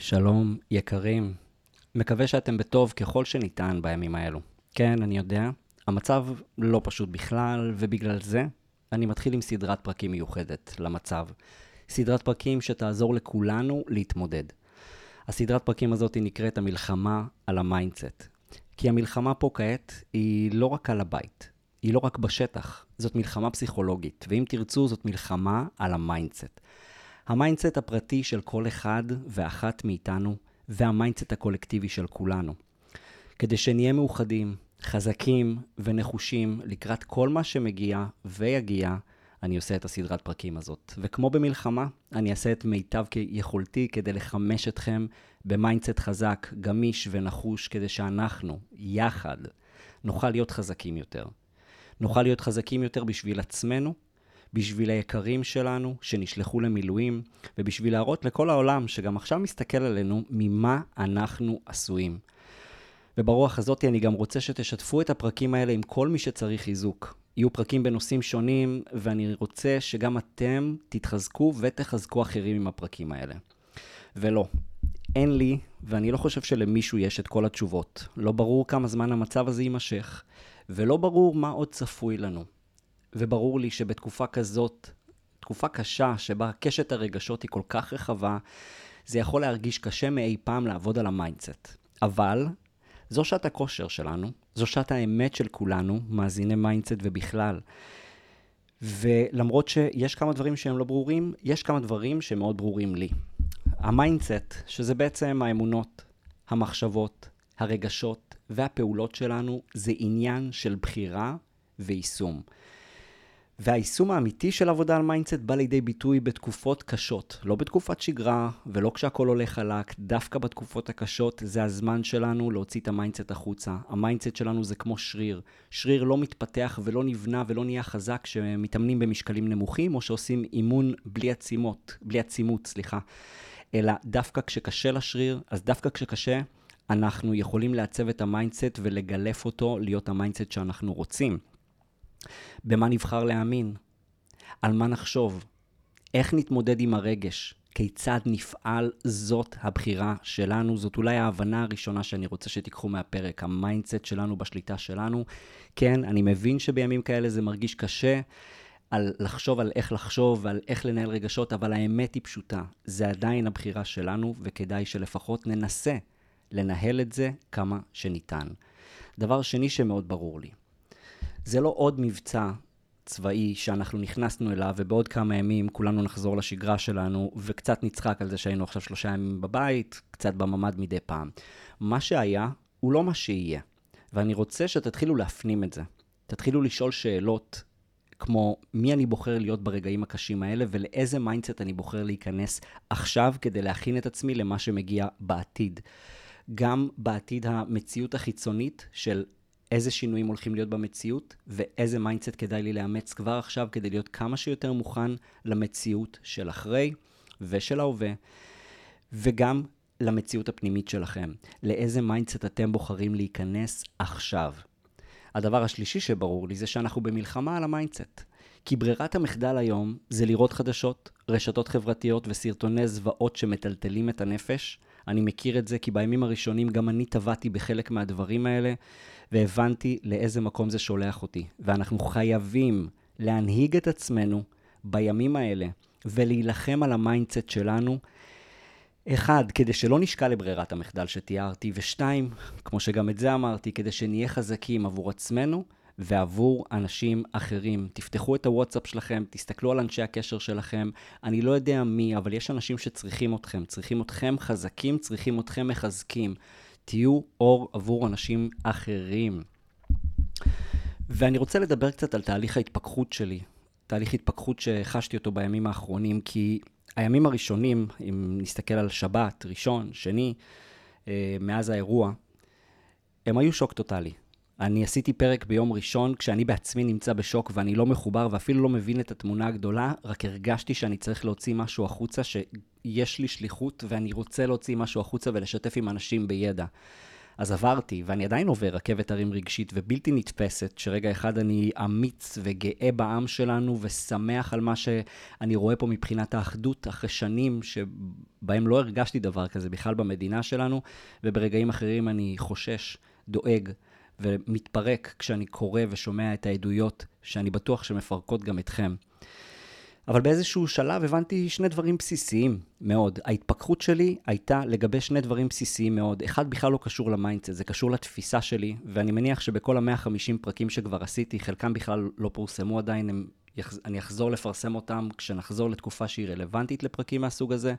שלום, יקרים. מקווה שאתם בטוב ככל שניתן בימים האלו. כן, אני יודע, המצב לא פשוט בכלל, ובגלל זה אני מתחיל עם סדרת פרקים מיוחדת למצב. סדרת פרקים שתעזור לכולנו להתמודד. הסדרת פרקים הזאת היא נקראת המלחמה על המיינדסט. כי המלחמה פה כעת היא לא רק על הבית, היא לא רק בשטח, זאת מלחמה פסיכולוגית, ואם תרצו זאת מלחמה על המיינדסט. המיינדסט הפרטי של כל אחד ואחת מאיתנו, והמיינדסט הקולקטיבי של כולנו. כדי שנהיה מאוחדים, חזקים ונחושים לקראת כל מה שמגיע ויגיע, אני עושה את הסדרת פרקים הזאת. וכמו במלחמה, אני אעשה את מיטב יכולתי כדי לחמש אתכם במיינדסט חזק, גמיש ונחוש, כדי שאנחנו, יחד, נוכל להיות חזקים יותר. נוכל להיות חזקים יותר בשביל עצמנו, בשביל היקרים שלנו שנשלחו למילואים, ובשביל להראות לכל העולם שגם עכשיו מסתכל עלינו ממה אנחנו עשויים. וברוח הזאת אני גם רוצה שתשתפו את הפרקים האלה עם כל מי שצריך חיזוק. יהיו פרקים בנושאים שונים, ואני רוצה שגם אתם תתחזקו ותחזקו אחרים עם הפרקים האלה. ולא, אין לי, ואני לא חושב שלמישהו יש את כל התשובות. לא ברור כמה זמן המצב הזה יימשך, ולא ברור מה עוד צפוי לנו. וברור לי שבתקופה כזאת, תקופה קשה שבה קשת הרגשות היא כל כך רחבה, זה יכול להרגיש קשה מאי פעם לעבוד על המיינדסט. אבל זו שעת הכושר שלנו, זו שעת האמת של כולנו, מאזיני מיינדסט ובכלל. ולמרות שיש כמה דברים שהם לא ברורים, יש כמה דברים שהם מאוד ברורים לי. המיינדסט, שזה בעצם האמונות, המחשבות, הרגשות והפעולות שלנו, זה עניין של בחירה ויישום. והיישום האמיתי של עבודה על מיינדסט בא לידי ביטוי בתקופות קשות. לא בתקופת שגרה ולא כשהכל הולך חלק, דווקא בתקופות הקשות זה הזמן שלנו להוציא את המיינדסט החוצה. המיינדסט שלנו זה כמו שריר. שריר לא מתפתח ולא נבנה ולא נהיה חזק שמתאמנים במשקלים נמוכים או שעושים אימון בלי עצימות, אלא דווקא כשקשה לשריר, אז דווקא כשקשה אנחנו יכולים לעצב את המיינדסט ולגלף אותו להיות המיינדסט שאנחנו רוצים. במה נבחר להאמין? על מה נחשוב? איך נתמודד עם הרגש? כיצד נפעל? זאת הבחירה שלנו. זאת אולי ההבנה הראשונה שאני רוצה שתיקחו מהפרק. המיינדסט שלנו בשליטה שלנו. כן, אני מבין שבימים כאלה זה מרגיש קשה לחשוב על איך לחשוב ועל איך לנהל רגשות, אבל האמת היא פשוטה. זה עדיין הבחירה שלנו, וכדאי שלפחות ננסה לנהל את זה כמה שניתן. דבר שני שמאוד ברור לי. זה לא עוד מבצע צבאי שאנחנו נכנסנו אליו, ובעוד כמה ימים כולנו נחזור לשגרה שלנו, וקצת נצחק על זה שהיינו עכשיו 3 ימים בבית, קצת בממד מדי פעם. מה שהיה הוא לא מה שיהיה. ואני רוצה שתתחילו להפנים את זה. תתחילו לשאול שאלות כמו מי אני בוחר להיות ברגעים הקשים האלה, ולאיזה מיינדסט אני בוחר להיכנס עכשיו כדי להכין את עצמי למה שמגיע בעתיד. גם בעתיד המציאות החיצונית של איזה שינויים הולכים להיות במציאות, ואיזה מיינדסט כדאי לי לאמץ כבר עכשיו, כדי להיות כמה שיותר מוכן למציאות של אחרי ושל ההווה, וגם למציאות הפנימית שלכם. לאיזה מיינדסט אתם בוחרים להיכנס עכשיו. הדבר השלישי שברור לי זה שאנחנו במלחמה על המיינדסט. כי ברירת המחדל היום זה לראות חדשות, רשתות חברתיות וסרטוני זוועות שמטלטלים את הנפש. אני מכיר את זה כי בימים הראשונים גם אני טבעתי בחלק מהדברים האלה, והבנתי לאיזה מקום זה שולח אותי. ואנחנו חייבים להנהיג את עצמנו בימים האלה, ולהילחם על המיינדסט שלנו. 1, כדי שלא נשקע לברירת המחדל שתיארתי, ו2, כמו שגם את זה אמרתי, כדי שנהיה חזקים עבור עצמנו, ועבור אנשים אחרים. תפתחו את הוואטסאפ שלכם, תסתכלו על אנשי הקשר שלכם. אני לא יודע מי, אבל יש אנשים שצריכים אתכם. צריכים אתכם חזקים, צריכים אתכם מחזקים. תהיו אור עבור אנשים אחרים. ואני רוצה לדבר קצת על תהליך ההתפכחות שלי. תהליך התפכחות שחשתי אותו בימים האחרונים, כי הימים הראשונים, אם נסתכל על שבת, ראשון, שני, מאז האירוע, הם היו שוק טוטלי. אני עשיתי פרק ביום ראשון כשאני בעצמי נמצא בשוק ואני לא מחובר ואפילו לא מבין את התמונה הגדולה, רק הרגשתי שאני צריך להוציא משהו החוצה, שיש לי שליחות ואני רוצה להוציא משהו החוצה ולשתף עם אנשים בידע. אז עברתי, ואני עדיין עובר רכבת הרים רגשית ובלתי נתפסת, שרגע אחד אני אמיץ וגאה בעם שלנו, ושמח על מה שאני רואה פה מבחינת האחדות, אחרי שנים שבהם לא הרגשתי דבר כזה בכלל במדינה שלנו, וברגעים אחרים אני חושש, דואג, ומתפרק כשאני קורא ושומע את העדויות, שאני בטוח שמפרקות גם אתכם. אבל באיזשהו שלב הבנתי שני דברים בסיסיים מאוד. ההתפכחות שלי הייתה לגבי שני דברים בסיסיים מאוד. אחד בכלל לא קשור למיינדסט, זה קשור לתפיסה שלי, ואני מניח שבכל ה-150 פרקים שכבר עשיתי, חלקם בכלל לא פורסמו עדיין, אני אחזור לפרסם אותם כשנחזור לתקופה שהיא רלוונטית לפרקים מהסוג הזה.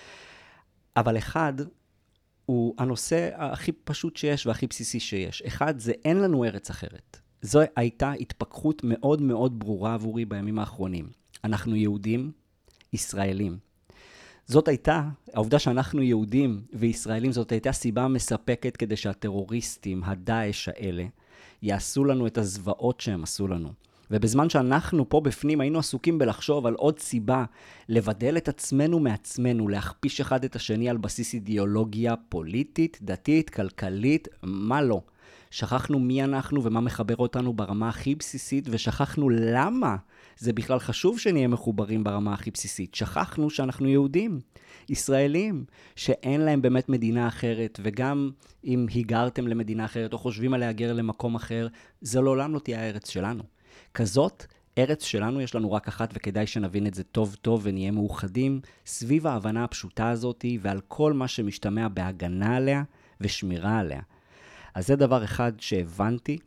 אבל אחד הוא הנושא הכי פשוט שיש והכי בסיסי שיש. אחד זה אין לנו ארץ אחרת. זו הייתה התפכחות מאוד מאוד ברורה עבורי בימים האחרונים. אנחנו יהודים, ישראלים. זאת הייתה, העובדה שאנחנו יהודים וישראלים, זאת הייתה סיבה מספקת כדי שהטרוריסטים, הדאעש האלה, יעשו לנו את הזוועות שהם עשו לנו. ובזמן שאנחנו פה בפנים היינו עסוקים בלחשוב על עוד סיבה, לבדל את עצמנו מעצמנו, להכפיש אחד את השני על בסיס אידיאולוגיה פוליטית, דתית, כלכלית, מה לא. שכחנו מי אנחנו ומה מחבר אותנו ברמה הכי בסיסית, ושכחנו למה זה בכלל חשוב שנהיה מחוברים ברמה הכי בסיסית. שכחנו שאנחנו יהודים, ישראלים, שאין להם באמת מדינה אחרת, וגם אם היגרתם למדינה אחרת או חושבים על להגר למקום אחר, זה לעולם לא תהיה הארץ שלנו. כזאת, ארץ שלנו יש לנו רק אחת, וכדאי שנבין את זה טוב טוב ונהיה מאוחדים סביב ההבנה הפשוטה הזאת, ועל כל מה שמשתמע בהגנה עליה ושמירה עליה. אז זה דבר אחד שהבנתי,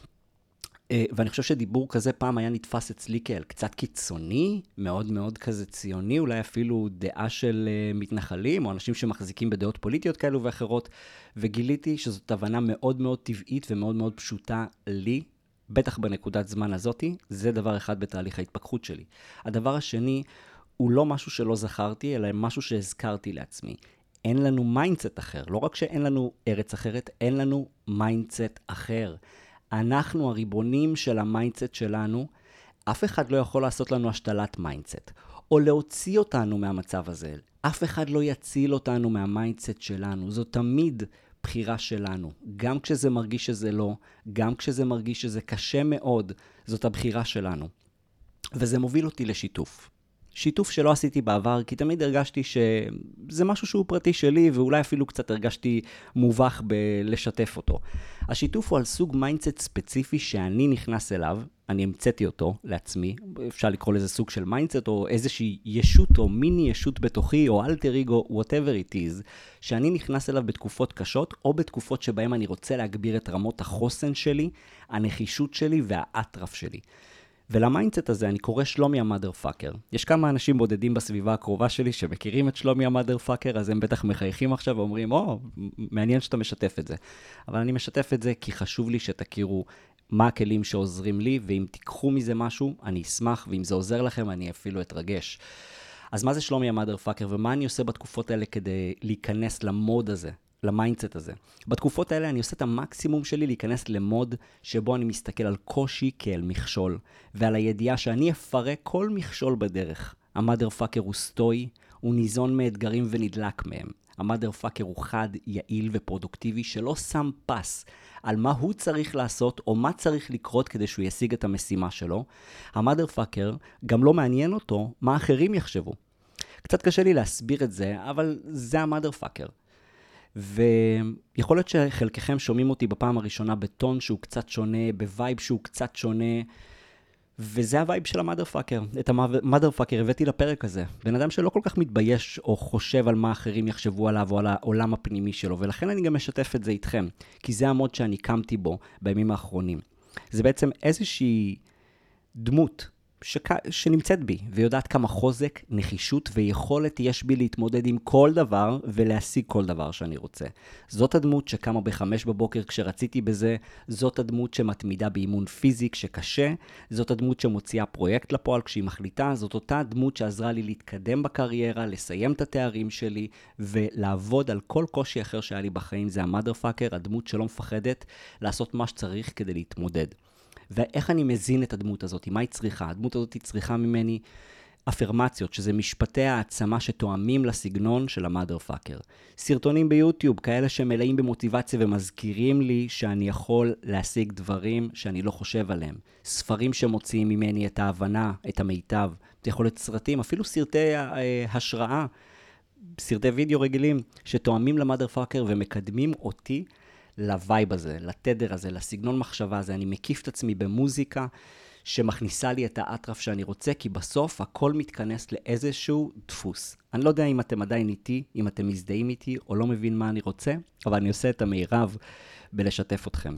ואני חושב שדיבור כזה פעם היה נתפס אצלי כאל קצת קיצוני, מאוד מאוד כזה ציוני, אולי אפילו דעה של מתנחלים, או אנשים שמחזיקים בדעות פוליטיות כאלו ואחרות, וגיליתי שזאת הבנה מאוד מאוד טבעית ומאוד מאוד פשוטה לי, בטח בנקודת זמן הזאת. זה דבר אחד בתהליך ההתפכחות שלי. הדבר השני הוא לא משהו שלא זכרתי, אלא משהו שהזכרתי לעצמי. אין לנו מיינדסט אחר. לא רק שאין לנו ארץ אחרת, אין לנו מיינדסט אחר. אנחנו הריבונים של המיינדסט שלנו. אף אחד לא יכול לעשות לנו השתלת מיינדסט, או להוציא אותנו מהמצב הזה. אף אחד לא יציל אותנו מהמיינדסט שלנו. זו תמיד בחירה שלנו. גם כשזה מרגיש שזה לא, גם כשזה מרגיש שזה קשה מאוד, זאת הבחירה שלנו. וזה מוביל אותי לשיתוף. שיתוף שלא עשיתי בעבר, כי תמיד הרגשתי שזה משהו שהוא פרטי שלי, ואולי אפילו קצת הרגשתי מובך בלשתף אותו. השיתוף הוא על סוג מיינדסט ספציפי שאני נכנס אליו, אני המצאתי אותו לעצמי, אפשר לקרוא לזה סוג של מיינדסט, או איזושהי ישות או מיני ישות בתוכי, או אלטר אגו, whatever it is, שאני נכנס אליו בתקופות קשות, או בתקופות שבהן אני רוצה להגביר את רמות החוסן שלי, הנחישות שלי והאטרף שלי. ולמיינדסט הזה אני קורא שלומי המאדר פאקר. יש כמה אנשים בודדים בסביבה הקרובה שלי שמכירים את שלומי המאדר פאקר, אז הם בטח מחייכים עכשיו ואומרים, מעניין שאתה משתף את זה. אבל אני משתף את זה כי חשוב לי שתכירו מה הכלים שעוזרים לי, ואם תיקחו מזה משהו, אני אשמח, ואם זה עוזר לכם, אני אפילו אתרגש. אז מה זה שלומי המאדר פאקר, ומה אני עושה בתקופות האלה כדי להיכנס למוד הזה? למיינדסט הזה. בתקופות האלה אני עושה את המקסימום שלי להיכנס למוד שבו אני מסתכל על קושי כאל מכשול, ועל הידיעה שאני אפרק כל מכשול בדרך. המאדר פאקר הוא סטוי, הוא ניזון מאתגרים ונדלק מהם. המאדר פאקר הוא חד, יעיל ופרודוקטיבי שלא שם פס על מה הוא צריך לעשות או מה צריך לקרות כדי שהוא ישיג את המשימה שלו. המאדר פאקר גם לא מעניין אותו מה אחרים יחשבו. קצת קשה לי להסביר את זה, אבל זה המאדר פאקר. ויכול להיות שחלקכם שומעים אותי בפעם הראשונה בטון שהוא קצת שונה, בווייב שהוא קצת שונה, וזה הווייב של המאדר פאקר. את המאדר פאקר הבאתי לפרק הזה. בן אדם שלא כל כך מתבייש או חושב על מה אחרים יחשבו עליו או על העולם הפנימי שלו, ולכן אני גם משתף את זה איתכם, כי זה המוד שאני קמתי בו בימים האחרונים. זה בעצם איזושהי דמות שנמצאת בי, ויודעת כמה חוזק, נחישות ויכולת יש בי להתמודד עם כל דבר ולהשיג כל דבר שאני רוצה. זאת הדמות שקמה ב5 בבוקר כשרציתי בזה, זאת הדמות שמתמידה באימון פיזי כשקשה, זאת הדמות שמוציאה פרויקט לפועל כשהיא מחליטה, זאת אותה דמות שעזרה לי להתקדם בקריירה, לסיים את התארים שלי ולעבוד על כל קושי אחר שהיה לי בחיים. זה המאדר פאקר, הדמות שלא מפחדת לעשות מה שצריך כדי להתמודד. ואיך אני מזין את הדמות הזאת? מה היא צריכה? הדמות הזאת היא צריכה ממני אפרמציות, שזה משפטי העצמה שתואמים לסגנון של המאדר פאקר. סרטונים ביוטיוב, כאלה שמלאים במוטיבציה ומזכירים לי שאני יכול להשיג דברים שאני לא חושב עליהם. ספרים שמוציאים ממני את ההבנה, את המיטב. זה יכול להיות סרטים, אפילו סרטי השראה, סרטי וידאו רגילים, שתואמים למאדר פאקר ומקדמים אותי לווייב הזה, לתדר הזה, לסגנון מחשבה הזה. אני מקיף את עצמי במוזיקה, שמכניסה לי את האטרף שאני רוצה, כי בסוף הכל מתכנס לאיזשהו דפוס. אני לא יודע אם אתם עדיין איתי, אם אתם מזדהים איתי, או לא מבין מה אני רוצה, אבל אני עושה את המירב בלשתף אתכם.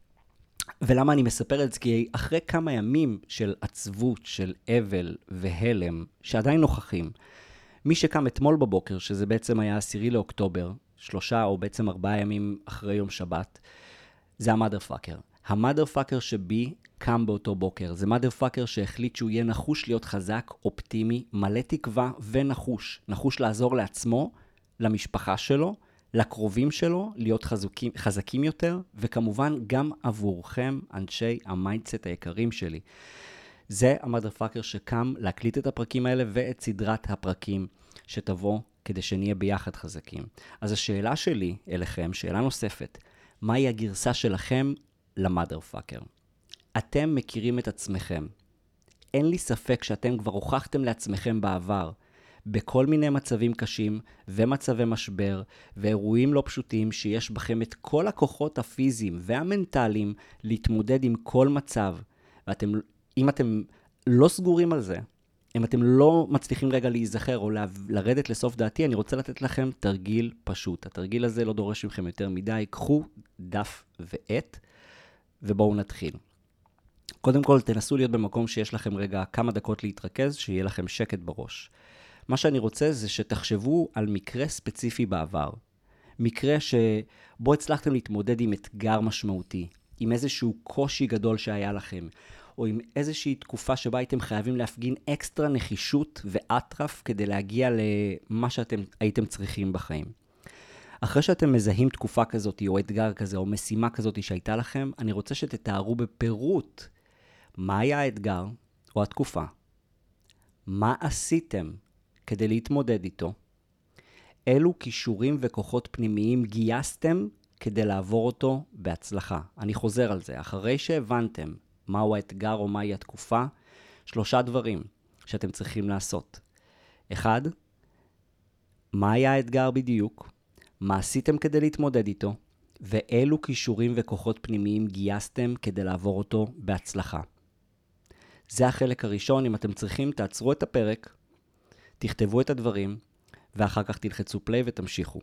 ולמה אני מספר את זה? כי אחרי כמה ימים של עצבות, של אבל והלם, שעדיין נוכחים, מי שקם אתמול בבוקר, שזה בעצם היה 10 לאוקטובר, 3 או בעצם 4 ימים אחרי יום שבת, זה המאדר פאקר. המאדר פאקר שבי קם באותו בוקר. זה מאדר פאקר שהחליט שהוא יהיה נחוש להיות חזק, אופטימי, מלא תקווה ונחוש. נחוש לעזור לעצמו, למשפחה שלו, לקרובים שלו, להיות חזקים יותר, וכמובן גם עבורכם, אנשי המיינדסט היקרים שלי. זה המאדר פאקר שקם להקליט את הפרקים האלה ואת סדרת הפרקים שתבוא כדי שנהיה ביחד חזקים. אז השאלה שלי אליכם, שאלה נוספת, מהי הגרסה שלכם למאדר פאקר? אתם מכירים את עצמכם. אין לי ספק שאתם כבר הוכחתם לעצמכם בעבר, בכל מיני מצבים קשים ומצבי משבר ואירועים לא פשוטים, שיש בכם את כל הכוחות הפיזיים והמנטליים להתמודד עם כל מצב. אם אתם לא סגורים על זה, אם אתם לא מצליחים רגע להיזכר או לרדת לסוף דעתי, אני רוצה לתת לכם תרגיל פשוט. התרגיל הזה לא דורש מכם יותר מדי. קחו דף ועט ובואו נתחיל. קודם כל, תנסו להיות במקום שיש לכם רגע כמה דקות להתרכז, שיהיה לכם שקט בראש. מה שאני רוצה זה שתחשבו על מקרה ספציפי בעבר. מקרה שבו הצלחתם להתמודד עם אתגר משמעותי, עם איזשהו קושי גדול שהיה לכם, או עם איזושהי תקופה שבה הייתם חייבים להפגין אקסטרה נחישות ואטרף כדי להגיע למה שאתם הייתם צריכים בחיים. אחרי שאתם מזהים תקופה כזאת, או אתגר כזה, או משימה כזאת שהייתה לכם, אני רוצה שתתארו בפירוט מה היה האתגר או התקופה. מה עשיתם כדי להתמודד איתו? אילו כישורים וכוחות פנימיים גייסתם כדי לעבור אותו בהצלחה? אני חוזר על זה. אחרי שהבנתם מהו האתגר או מהי התקופה, 3 דברים שאתם צריכים לעשות. 1, מה היה האתגר בדיוק? מה עשיתם כדי להתמודד איתו? ואילו כישורים וכוחות פנימיים גייסתם כדי לעבור אותו בהצלחה? זה החלק הראשון. אם אתם צריכים, תעצרו את הפרק, תכתבו את הדברים, ואחר כך תלחצו פליי ותמשיכו.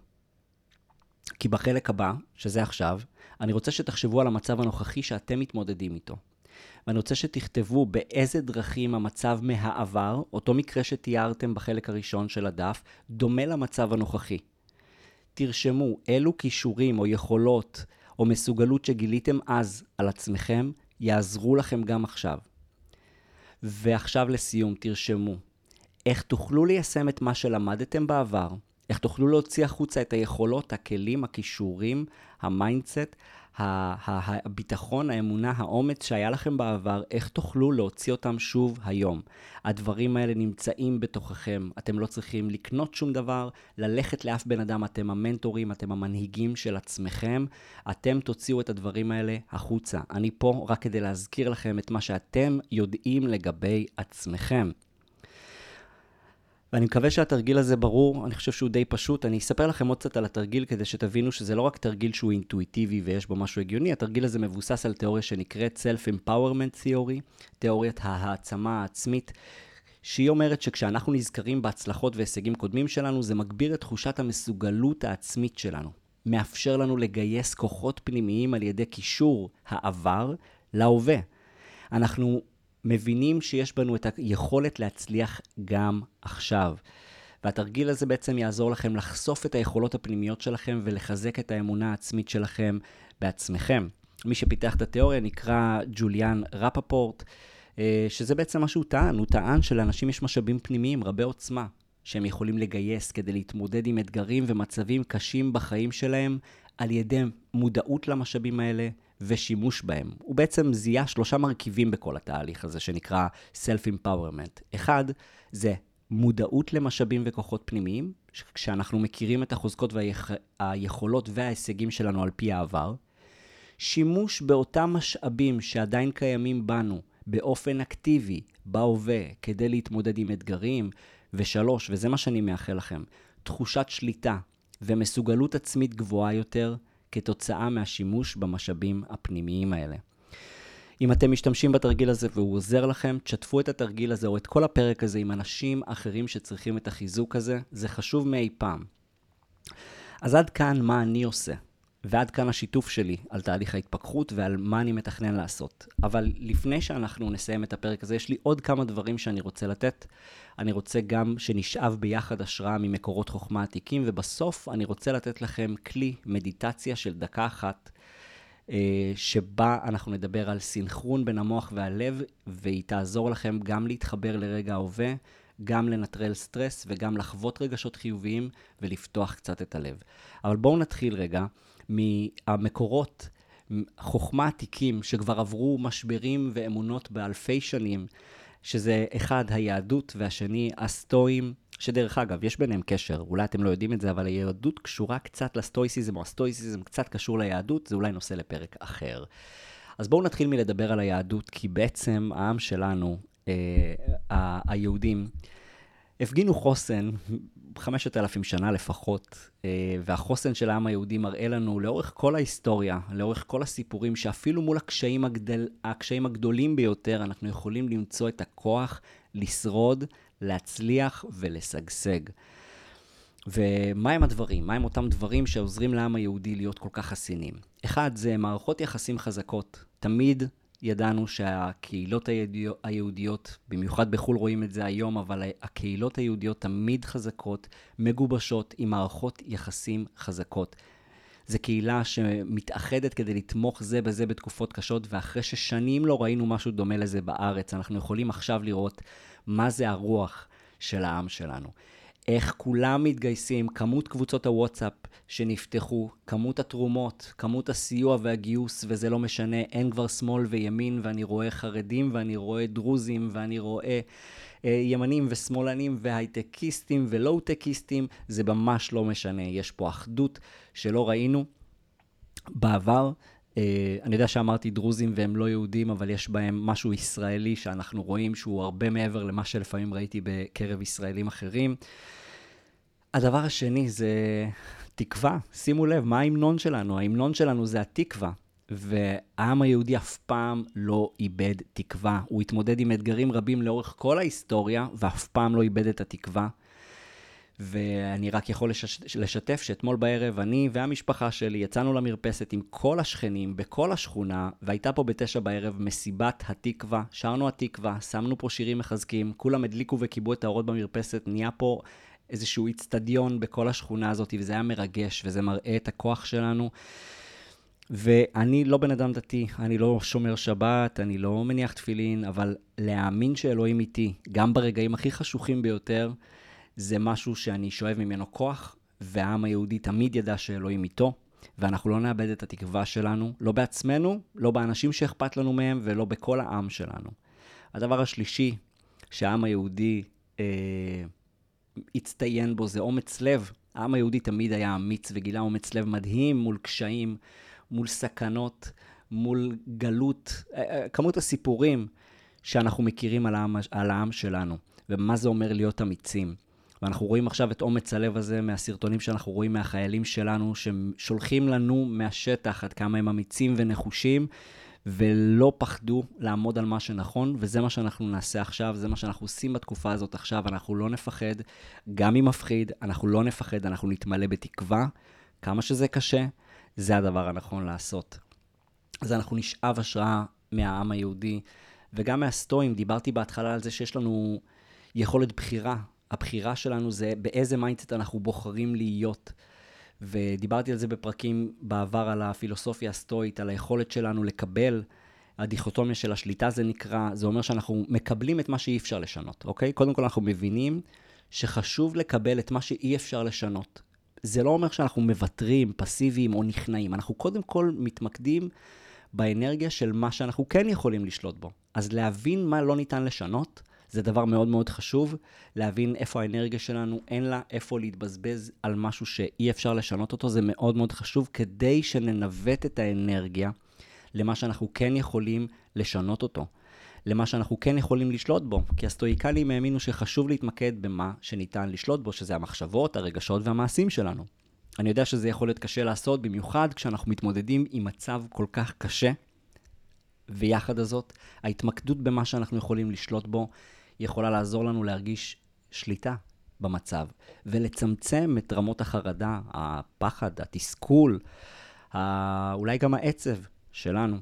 כי בחלק הבא, שזה עכשיו, אני רוצה שתחשבו על המצב הנוכחי שאתם מתמודדים איתו. ואני רוצה שתכתבו באיזה דרכים המצב מהעבר, אותו מקרה שתיארתם בחלק הראשון של הדף, דומה למצב הנוכחי. תרשמו אילו כישורים או יכולות או מסוגלות שגיליתם אז על עצמכם, יעזרו לכם גם עכשיו. ועכשיו לסיום, תרשמו איך תוכלו ליישם את מה שלמדתם בעבר, איך תוכלו להוציא החוצה את היכולות, הכלים, הכישורים, המיינדסט, הביטחון, האמונה, האומץ שהיה לכם בעבר, איך תוכלו להוציא אותם שוב היום. הדברים האלה נמצאים בתוככם, אתם לא צריכים לקנות שום דבר, ללכת לאף בן אדם, אתם המנטורים, אתם המנהיגים של עצמכם, אתם תוציאו את הדברים האלה החוצה. אני פה רק כדי להזכיר לכם את מה שאתם יודעים לגבי עצמכם. ואני מקווה שהתרגיל הזה ברור, אני חושב שהוא די פשוט. אני אספר לכם עוד קצת על התרגיל כדי שתבינו שזה לא רק תרגיל שהוא אינטואיטיבי ויש בו משהו הגיוני, התרגיל הזה מבוסס על תיאוריה שנקראת Self-Empowerment Theory, תיאוריית העצמה העצמית, שהיא אומרת שכשאנחנו נזכרים בהצלחות והישגים קודמים שלנו, זה מגביר את תחושת המסוגלות העצמית שלנו, מאפשר לנו לגייס כוחות פנימיים על ידי קישור העבר להווה. אנחנו מבינים שיש בנו את היכולת להצליח גם עכשיו. והתרגיל הזה בעצם יעזור לכם לחשוף את היכולות הפנימיות שלכם ולחזק את האמונה העצמית שלכם בעצמכם. מי שפיתח את התיאוריה נקרא ג'וליאן רפפורט, שזה בעצם מה שהוא טען. הוא טען שלאנשים יש משאבים פנימיים רבי עוצמה שהם יכולים לגייס כדי להתמודד עם אתגרים ומצבים קשים בחיים שלהם על ידי מודעות למשאבים האלה ושימוש בהם. הוא בעצם זיהה 3 מרכיבים בכל התהליך הזה שנקרא Self-Empowerment. אחד, זה מודעות למשאבים וכוחות פנימיים, כשאנחנו מכירים את החוזקות והיכולות וההישגים שלנו על פי העבר. שימוש באותם משאבים שעדיין קיימים בנו באופן אקטיבי, בהווה, כדי להתמודד עם אתגרים. ושלוש, וזה מה שאני מאחל לכם, תחושת שליטה ומסוגלות עצמית גבוהה יותר כתוצאה מהשימוש במשאבים הפנימיים האלה. אם אתם משתמשים בתרגיל הזה והוא עוזר לכם, תשתפו את התרגיל הזה או את כל הפרק הזה עם אנשים אחרים שצריכים את החיזוק הזה. זה חשוב מאי פעם. אז עד כאן מה אני עושה, ועד כאן השיתוף שלי על תהליך ההתפכחות ועל מה אני מתכנן לעשות. אבל לפני שאנחנו נסיים את הפרק הזה, יש לי עוד כמה דברים שאני רוצה לתת. אני רוצה גם שנשאב ביחד השראה ממקורות חוכמה עתיקים, ובסוף אני רוצה לתת לכם כלי מדיטציה של דקה אחת, שבה אנחנו נדבר על סינכרון בין המוח והלב, והיא תעזור לכם גם להתחבר לרגע ההווה, גם לנטרל סטרס וגם לחוות רגשות חיוביים ולפתוח קצת את הלב. אבל בואו נתחיל רגע מהמקורות חוכמה עתיקים שכבר עברו משברים ואמונות באלפי שנים, שזה אחד היהדות והשני הסטואים, שדרך אגב יש ביניהם קשר, אולי אתם לא יודעים את זה, אבל היהדות קשורה קצת לסטואיסיזם, או הסטואיסיזם קצת קשור ליהדות, זה אולי נושא לפרק אחר. אז בואו נתחיל מלדבר על היהדות, כי בעצם העם שלנו, היהודים, הפגינו חוסן 5,000 שנה לפחות, והחוסן של העם היהודי מראה לנו לאורך כל ההיסטוריה, לאורך כל הסיפורים, שאפילו מול הקשיים הגדולים ביותר, אנחנו יכולים למצוא את הכוח לשרוד, להצליח ולשגשג. ומה הם הדברים? מה הם אותם דברים שעוזרים לעם היהודי להיות כל כך חסינים? אחד, זה מערכות יחסים חזקות. תמיד ידענו שהקהילות היהודיות, במיוחד בחול רואים את זה היום, אבל הקהילות היהודיות תמיד חזקות, מגובשות עם מערכות יחסים חזקות. זו קהילה שמתאחדת כדי לתמוך זה בזה בתקופות קשות, ואחרי ששנים לא ראינו משהו דומה לזה בארץ, אנחנו יכולים עכשיו לראות מה זה הרוח של העם שלנו. איך כולם מתגייסים, כמות קבוצות הוואטסאפ שנפתחו, כמות התרומות, כמות הסיוע והגיוס, וזה לא משנה, אין כבר שמאל וימין, ואני רואה חרדים, ואני רואה דרוזים, ואני רואה ימנים ושמאלנים, והייטקיסטים ולואו-טקיסטים, זה ממש לא משנה. יש פה אחדות שלא ראינו בעבר. אני יודע שאמרתי דרוזים והם לא יהודים, אבל יש בהם משהו ישראלי שאנחנו רואים שהוא הרבה מעבר למה שלפעמים ראיתי בקרב ישראלים אחרים. הדבר השני זה תקווה. שימו לב, מה ההמנון שלנו? ההמנון שלנו זה התקווה. והעם היהודי אף פעם לא איבד תקווה. הוא התמודד עם אתגרים רבים לאורך כל ההיסטוריה, ואף פעם לא איבד את התקווה. ואני רק יכול לשתף שאתמול בערב אני והמשפחה שלי יצאנו למרפסת עם כל השכנים בכל השכונה, והייתה פה ב9 בערב מסיבת התקווה, שרנו התקווה, שמנו פה שירים מחזקים, כולם הדליקו וקיבו את האורות במרפסת, נהיה פה איזשהו אצטדיון בכל השכונה הזאת, וזה היה מרגש, וזה מראה את הכוח שלנו. ואני לא בן אדם דתי, אני לא שומר שבת, אני לא מניח תפילין, אבל להאמין שאלוהים איתי, גם ברגעים הכי חשוכים ביותר, זה משהו שאני שואב ממנו כוח, והעם היהודי תמיד ידע שאלוהים איתו, ואנחנו לא נאבד את התקווה שלנו, לא בעצמנו, לא באנשים שאכפת לנו מהם, ולא בכל העם שלנו. הדבר השלישי שהעם היהודי הצטיין בו זה אומץ לב. העם היהודי תמיד היה אמיץ וגילה אומץ לב מדהים מול קשיים, מול סכנות, מול גלות, כמות הסיפורים שאנחנו מכירים על העם שלנו, ומה זה אומר להיות אמיצים. ואנחנו רואים עכשיו את אומץ הלב הזה מהסרטונים שאנחנו רואים מהחיילים שלנו, ששולחים לנו מהשטח עד כמה הם אמיצים ונחושים, ולא פחדו לעמוד על מה שנכון, וזה מה שאנחנו נעשה עכשיו, זה מה שאנחנו עושים בתקופה הזאת עכשיו, אנחנו לא נפחד, גם אם מפחיד, אנחנו לא נפחד, אנחנו נתמלא בתקווה, כמה שזה קשה, זה הדבר הנכון לעשות. אז אנחנו נשאב השראה מהעם היהודי, וגם מהסטואים, דיברתי בהתחלה על זה שיש לנו יכולת בחירה, הבחירה שלנו זה באיזה מיינדסט אנחנו בוחרים להיות. ודיברתי על זה בפרקים בעבר על הפילוסופיה הסטואית, על היכולת שלנו לקבל, הדיכוטומיה של השליטה זה נקרא, זה אומר שאנחנו מקבלים את מה שאי אפשר לשנות, אוקיי? קודם כל אנחנו מבינים שחשוב לקבל את מה שאי אפשר לשנות. זה לא אומר שאנחנו מוותרים, פסיביים או נכנעים, אנחנו קודם כל מתמקדים באנרגיה של מה שאנחנו כן יכולים לשלוט בו. אז להבין מה לא ניתן לשנות, זה דבר מאוד מאוד חשוב, להבין איפה האנרגיה שלנו, אין לה איפה להתבזבז על משהו שאי אפשר לשנות אותו, זה מאוד מאוד חשוב, כדי שננווט את האנרגיה למה שאנחנו כן יכולים לשנות אותו, למה שאנחנו כן יכולים לשלוט בו, כי הסטואיקנים האמינו שחשוב להתמקד במה שניתן לשלוט בו, שזה המחשבות, הרגשות והמעשים שלנו. אני יודע שזה יכול להיות קשה לעשות, במיוחד כשאנחנו מתמודדים עם מצב כל כך קשה, ויחד הזאת, ההתמקדות במה שאנחנו יכולים לשלוט בו, יכולה לעזור לנו להרגיש שליטה במצב, ולצמצם את רמות החרדה, הפחד, התסכול, אולי גם העצב שלנו.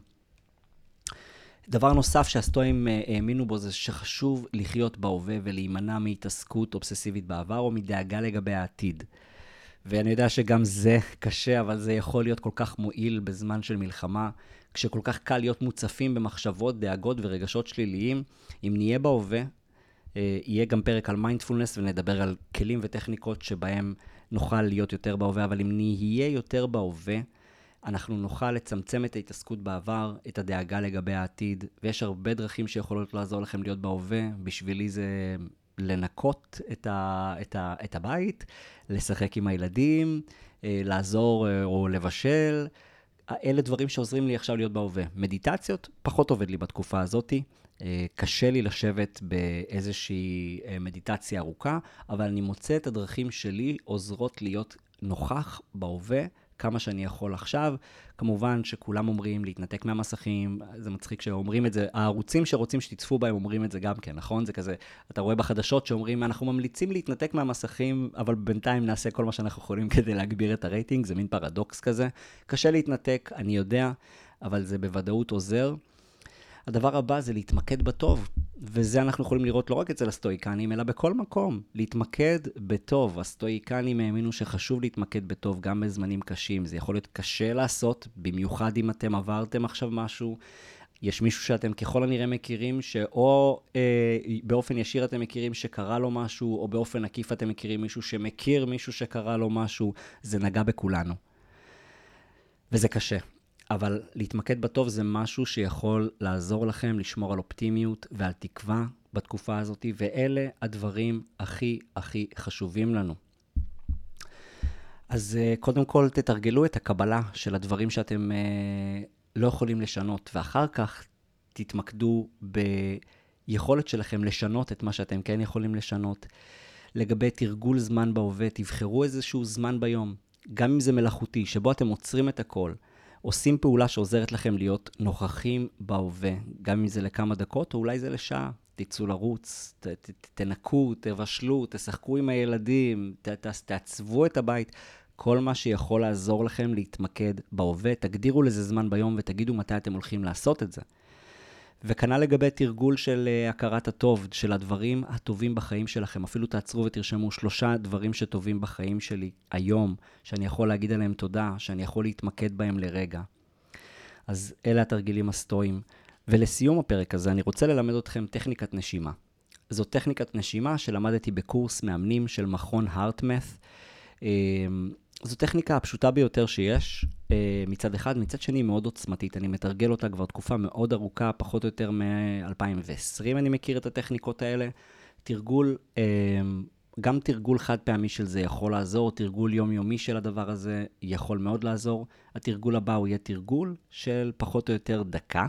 דבר נוסף שהסטואים האמינו בו זה שחשוב לחיות בהווה ולהימנע מהתעסקות אובססיבית בעבר או מדאגה לגבי העתיד. ואני יודע שגם זה קשה, אבל זה יכול להיות כל כך מועיל בזמן של מלחמה, כשכל כך קל להיות מוצפים במחשבות, דאגות ורגשות שליליים. אם נהיה בהווה, יהיה גם פרק על מיינדפולנס ונדבר על כלים וטכניקות שבהם נוכל להיות יותר בהווה, אבל אם נהיה יותר בהווה, אנחנו נוכל לצמצם את ההתעסקות בעבר, את הדאגה לגבי העתיד, ויש הרבה דרכים שיכולות לעזור לכם להיות בהווה. בשבילי זה לנקות את הבית, לשחק עם הילדים, לעזור או לבשל. אלה דברים שעוזרים לי עכשיו להיות בהווה. מדיטציות פחות עובד לי בתקופה הזאת. קשה לי לשבת באיזושהי מדיטציה ארוכה, אבל אני מוצא את הדרכים שלי עוזרות להיות נוכח בהווה, כמה שאני יכול עכשיו. כמובן שכולם אומרים להתנתק מהמסכים, זה מצחיק שאומרים את זה, הערוצים שרוצים שתצפו בהם אומרים את זה גם כן, נכון? זה כזה, אתה רואה בחדשות שאומרים, אנחנו ממליצים להתנתק מהמסכים, אבל בינתיים נעשה כל מה שאנחנו יכולים כדי להגביר את הרייטינג, זה מין פרדוקס כזה. קשה להתנתק, אני יודע, אבל זה בוודאות עוזר. הדבר הבא זה להתמקד בטוב, וזה אנחנו יכולים לראות לא רק אצל הסטואיקנים, אלא בכל מקום. להתמקד בטוב. הסטואיקנים האמינו שחשוב להתמקד בטוב גם בזמנים קשים. זה יכול להיות קשה לעשות, במיוחד אם אתם עברתם עכשיו משהו. יש מישהו שאתם ככל הנראה מכירים, שאו באופן ישיר אתם מכירים שקרה לו משהו, או באופן עקיף אתם מכירים מישהו שמכיר מישהו שקרה לו משהו. זה נגע בכולנו. וזה קשה. אבל להתמקד בטוב זה משהו שיכול לעזור לכם לשמור על אופטימיות ועל תקווה בתקופה הזאת, ואלה הדברים הכי הכי חשובים לנו. אז קודם כל תתרגלו את הקבלה של הדברים שאתם לא יכולים לשנות, ואחר כך תתמקדו ביכולת שלכם לשנות את מה שאתם כן יכולים לשנות. לגבי תרגול זמן בהווה, תבחרו איזשהו זמן ביום, גם אם זה מלאכותי, שבו אתם עוצרים את הכל, עושים פעולה שעוזרת לכם להיות נוכחים בהווה, גם אם זה לכמה דקות, או אולי זה לשעה. תצאו לרוץ, תנקו, תבשלו, תשחקו עם הילדים, תעצבו את הבית. כל מה שיכול לעזור לכם להתמקד בהווה, תגדירו לזה זמן ביום ותגידו מתי אתם הולכים לעשות את זה. וכנ"ל לגבי תרגול של הכרת הטוב, של הדברים הטובים בחיים שלכם. אפילו תעצרו ותרשמו 3 דברים שטובים בחיים שלי היום, שאני יכול להגיד עליהם תודה, שאני יכול להתמקד בהם לרגע. אז אלה התרגילים הסטואיים. ולסיום הפרק הזה, אני רוצה ללמד אתכם טכניקת נשימה. זו טכניקת נשימה שלמדתי בקורס מאמנים של מכון הרטמת'. זו טכניקה הפשוטה ביותר שיש, מצד אחד, מצד שני מאוד עוצמתית. אני מתרגל אותה כבר תקופה מאוד ארוכה, פחות או יותר מ-2020 אני מכיר את הטכניקות האלה. תרגול, גם תרגול חד פעמי של זה יכול לעזור, תרגול יומיומי של הדבר הזה יכול מאוד לעזור. התרגול הבא הוא יהיה תרגול של פחות או יותר דקה.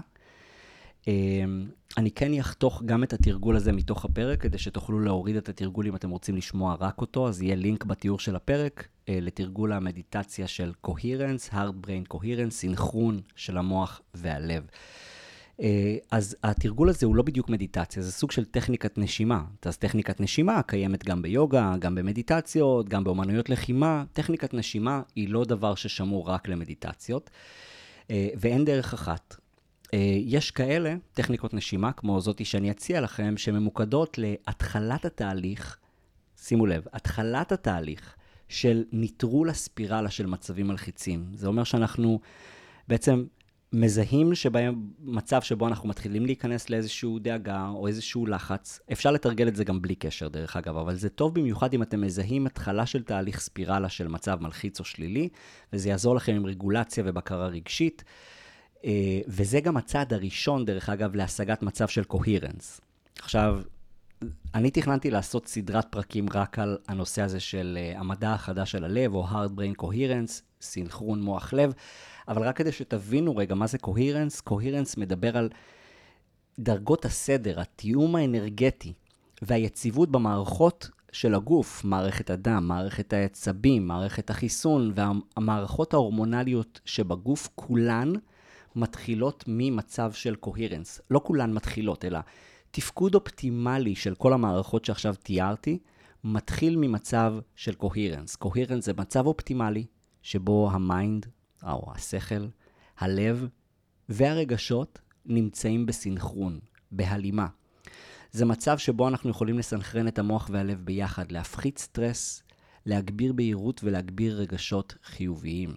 אני כן אחתוך גם את התרגול הזה מתוך הפרק, כדי שתוכלו להוריד את התרגול אם אתם רוצים לשמוע רק אותו, אז יהיה לינק בתיאור של הפרק לתרגול המדיטציה של coherence, heart brain coherence, סינכרון של המוח והלב. אז התרגול הזה הוא לא בדיוק מדיטציה, זה סוג של טכניקת נשימה. אז טכניקת נשימה קיימת גם ביוגה, גם במדיטציות, גם באומנויות לחימה. טכניקת נשימה היא לא דבר ששמור רק למדיטציות, ואין דרך אחת. יש כאלה טכניקות נשימה, כמו זאתי שאני אציע לכם, שממוקדות להתחלת התהליך, שימו לב, התחלת התהליך של ניטרול הספירלה של מצבים מלחיצים. זה אומר שאנחנו בעצם מזהים מצב שבו אנחנו מתחילים להיכנס לאיזשהו דאגה או איזשהו לחץ. אפשר לתרגל את זה גם בלי קשר דרך אגב, אבל זה טוב במיוחד אם אתם מזהים התחלה של תהליך ספירלה של מצב מלחיץ או שלילי, וזה יעזור לכם עם רגולציה ובקרה רגשית. וזה גם הצעד הראשון, דרך אגב, להשגת מצב של קוהירנס. עכשיו, אני תכננתי לעשות סדרת פרקים רק על הנושא הזה של המדע החדש של הלב, או Heart Brain Coherence, סינכרון מוח לב, אבל רק כדי שתבינו רגע מה זה קוהירנס, קוהירנס מדבר על דרגות הסדר, התיאום האנרגטי והיציבות במערכות של הגוף, מערכת הדם, מערכת העצבים, מערכת החיסון והמערכות ההורמונליות שבגוף, כולן מתחילות ממצב של קוהירנס. לא כולן מתחילות, אלא תפקוד אופטימלי של כל המערכות שעכשיו תיארתי, מתחיל ממצב של קוהירנס. קוהירנס זה מצב אופטימלי שבו המיינד, או השכל, הלב והרגשות נמצאים בסינכרון, בהלימה. זה מצב שבו אנחנו יכולים לסנכרן את המוח והלב ביחד, להפחית סטרס, להגביר בהירות ולהגביר רגשות חיוביים.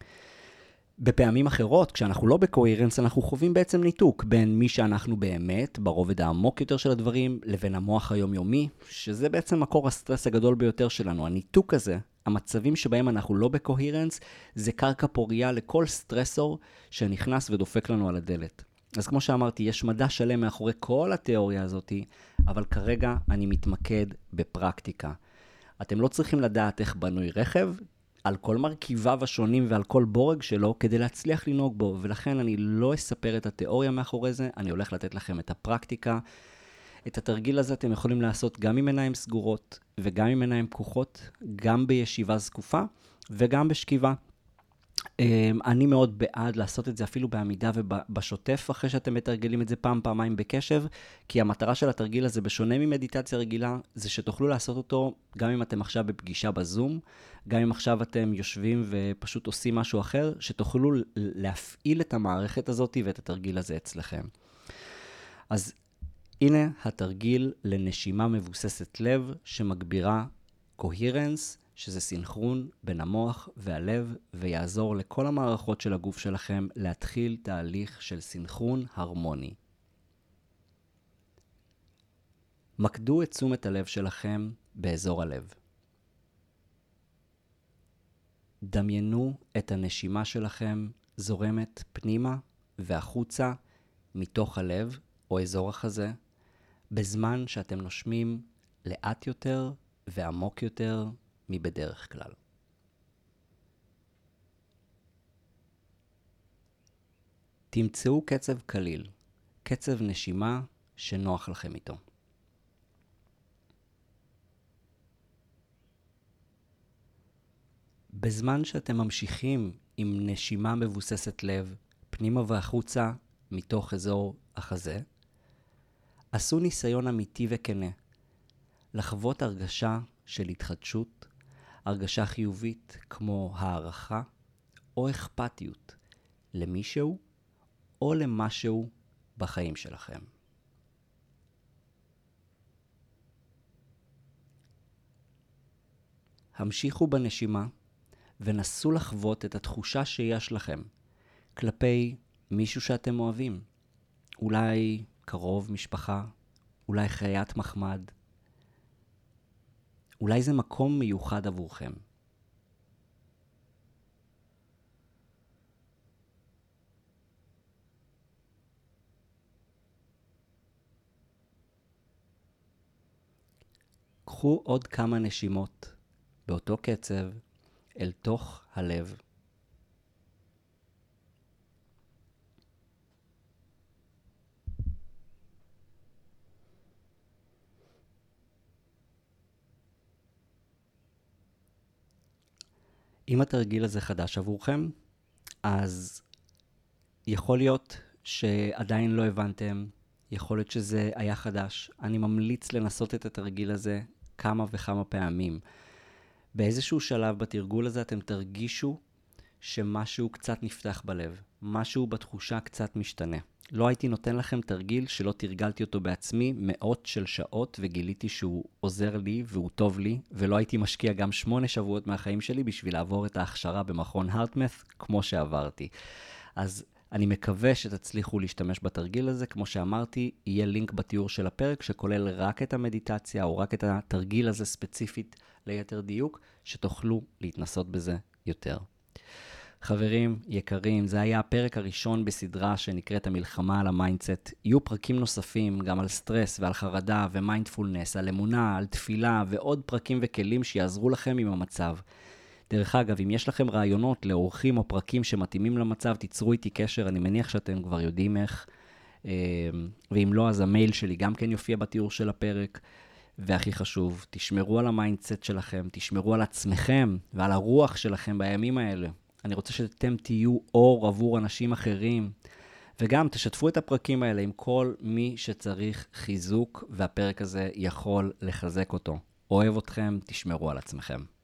בפעמים אחרות, כשאנחנו לא בקוהירנס, אנחנו חווים בעצם ניתוק בין מי שאנחנו באמת, ברובד העמוק יותר של הדברים, לבין המוח היומיומי, שזה בעצם מקור הסטרס הגדול ביותר שלנו. הניתוק הזה, המצבים שבהם אנחנו לא בקוהירנס, זה קרקע פוריה לכל סטרסור שנכנס ודופק לנו על הדלת. אז כמו שאמרתי, יש מדע שלם מאחורי כל התיאוריה הזאת, אבל כרגע אני מתמקד בפרקטיקה. אתם לא צריכים לדעת איך בנוי רכב, על כל מרכיביו השונים ועל כל בורג שלו, כדי להצליח לנהוג בו, ולכן אני לא אספר את התיאוריה מאחורי זה, אני הולך לתת לכם את הפרקטיקה. את התרגיל הזה אתם יכולים לעשות גם עם עיניים סגורות, וגם עם עיניים פקוחות, גם בישיבה זקופה, וגם בשכיבה. אני מאוד בעד לעשות את זה אפילו בעמידה ובשוטף, אחרי שאתם מתרגלים את זה פעמיים בקשב, כי המטרה של התרגיל הזה, בשונה ממדיטציה רגילה, זה שתוכלו לעשות אותו גם אם אתם עכשיו בפגישה בזום, גם אם עכשיו אתם יושבים ופשוט עושים משהו אחר, שתוכלו להפעיל את המערכת הזאת ואת התרגיל הזה אצלכם. אז הנה התרגיל לנשימה מבוססת לב שמגבירה קוהירנס, שזה סינכרון בין המוח והלב, ויעזור לכל המערכות של הגוף שלכם להתחיל תהליך של סינכרון הרמוני. מקדו את תשומת הלב שלכם באזור הלב. דמיינו את הנשימה שלכם זורמת פנימה והחוצה מתוך הלב או אזור החזה, בזמן שאתם נושמים לאט יותר ועמוק יותר מבדרך כלל. תמצאו קצב קליל, קצב נשימה שנוח לכם איתו. בזמן שאתם ממשיכים עם נשימה מבוססת לב, פנימה והחוצה מתוך אזור החזה, עשו ניסיון אמיתי וכנה, לחוות הרגשה של התחדשות, הרגשה חיובית כמו הערכה או אכפתיות למישהו או למשהו בחיים שלכם. המשיכו בנשימה ונסו לחוות את התחושה שיש לכם כלפי מישהו שאתם אוהבים. אולי קרוב משפחה, אולי חיית מחמד, אולי זה מקום מיוחד עבורכם. קחו עוד כמה נשימות באותו קצב אל תוך הלב. אם התרגיל הזה חדש עבורכם, אז יכול להיות שעדיין לא הבנתם, יכול להיות שזה היה חדש. אני ממליץ לנסות את התרגיל הזה כמה וכמה פעמים. באיזשהו שלב בתרגול הזה אתם תרגישו שמשהו קצת נפתח בלב, משהו בתחושה קצת משתנה. לא הייתי נותן לכם תרגיל שלא תרגלתי אותו בעצמי מאות של שעות וגיליתי שהוא עוזר לי והוא טוב לי, ולא הייתי משקיע גם 8 שבועות מהחיים שלי בשביל לעבור את ההכשרה במכון הרטמת' כמו שעברתי. אז אני מקווה שתצליחו להשתמש בתרגיל הזה. כמו שאמרתי, יהיה לינק בתיאור של הפרק שכולל רק את המדיטציה או רק את התרגיל הזה ספציפית ליתר דיוק, שתוכלו להתנסות בזה יותר. חברים יקרים, זה היה הפרק הראשון בסדרה שנקראת המלחמה על המיינדסט. יהיו פרקים נוספים גם על סטרס ועל חרדה ומיינדפולנס, על אמונה, על תפילה ועוד פרקים וכלים שיעזרו לכם עם המצב. דרך אגב, אם יש לכם רעיונות לאורחים או פרקים שמתאימים למצב, תיצרו איתי קשר, אני מניח שאתם כבר יודעים איך. ואם לא, אז המייל שלי גם כן יופיע בתיאור של הפרק. והכי חשוב, תשמרו על המיינדסט שלכם, תשמרו על עצמכם ועל הרוח שלכם בימים האלה. אני רוצה שאתם תהיו אור עבור אנשים אחרים, וגם תשתפו את הפרקים האלה עם כל מי שצריך חיזוק, והפרק הזה יכול לחזק אותו. אוהב אתכם, תשמרו על עצמכם.